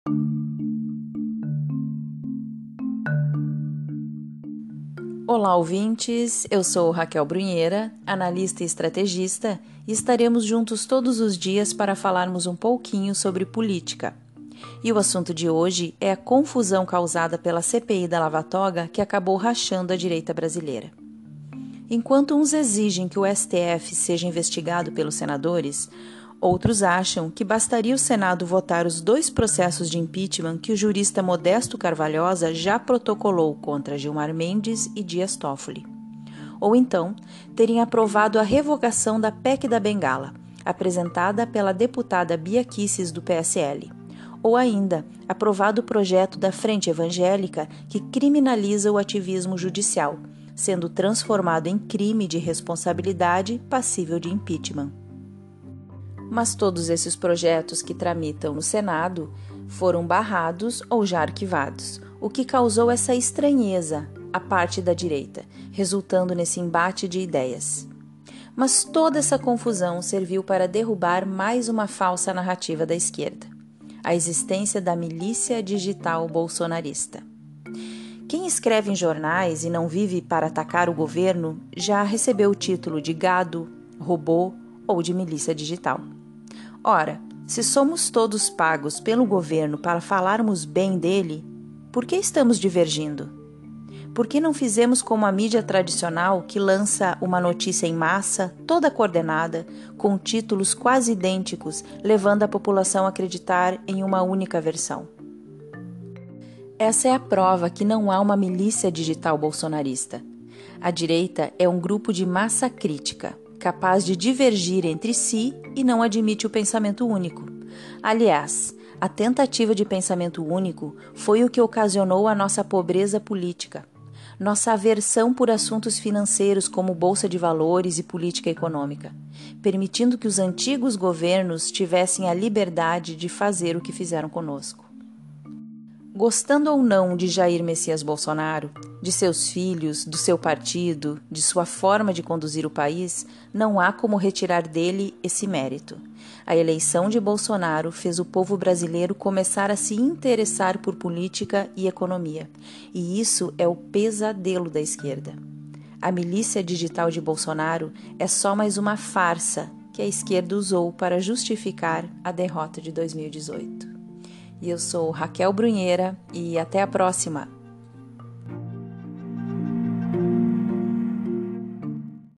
Olá, ouvintes! Eu sou Raquel Brunheira, analista e estrategista, e estaremos juntos todos os dias para falarmos um pouquinho sobre política. E o assunto de hoje é a confusão causada pela CPI da Lava Toga que acabou rachando a direita brasileira. Enquanto uns exigem que o STF seja investigado pelos senadores, outros acham que bastaria o Senado votar os 2 processos de impeachment que o jurista Modesto Carvalhosa já protocolou contra Gilmar Mendes e Dias Toffoli. Ou então, terem aprovado a revogação da PEC da Bengala, apresentada pela deputada Bia Kicis do PSL. Ou ainda, aprovado o projeto da Frente Evangélica que criminaliza o ativismo judicial, sendo transformado em crime de responsabilidade passível de impeachment. Mas todos esses projetos que tramitam no Senado foram barrados ou já arquivados, o que causou essa estranheza à parte da direita, resultando nesse embate de ideias. Mas toda essa confusão serviu para derrubar mais uma falsa narrativa da esquerda: a existência da milícia digital bolsonarista. Quem escreve em jornais e não vive para atacar o governo já recebeu o título de gado, robô ou de milícia digital. Ora, se somos todos pagos pelo governo para falarmos bem dele, por que estamos divergindo? Por que não fizemos como a mídia tradicional que lança uma notícia em massa, toda coordenada, com títulos quase idênticos, levando a população a acreditar em uma única versão? Essa é a prova que não há uma milícia digital bolsonarista. A direita é um grupo de massa crítica, capaz de divergir entre si e não admite o pensamento único. Aliás, a tentativa de pensamento único foi o que ocasionou a nossa pobreza política, nossa aversão por assuntos financeiros como bolsa de valores e política econômica, permitindo que os antigos governos tivessem a liberdade de fazer o que fizeram conosco. Gostando ou não de Jair Messias Bolsonaro, de seus filhos, do seu partido, de sua forma de conduzir o país, não há como retirar dele esse mérito. A eleição de Bolsonaro fez o povo brasileiro começar a se interessar por política e economia, e isso é o pesadelo da esquerda. A milícia digital de Bolsonaro é só mais uma farsa que a esquerda usou para justificar a derrota de 2018. E eu sou Raquel Brunheira e até a próxima!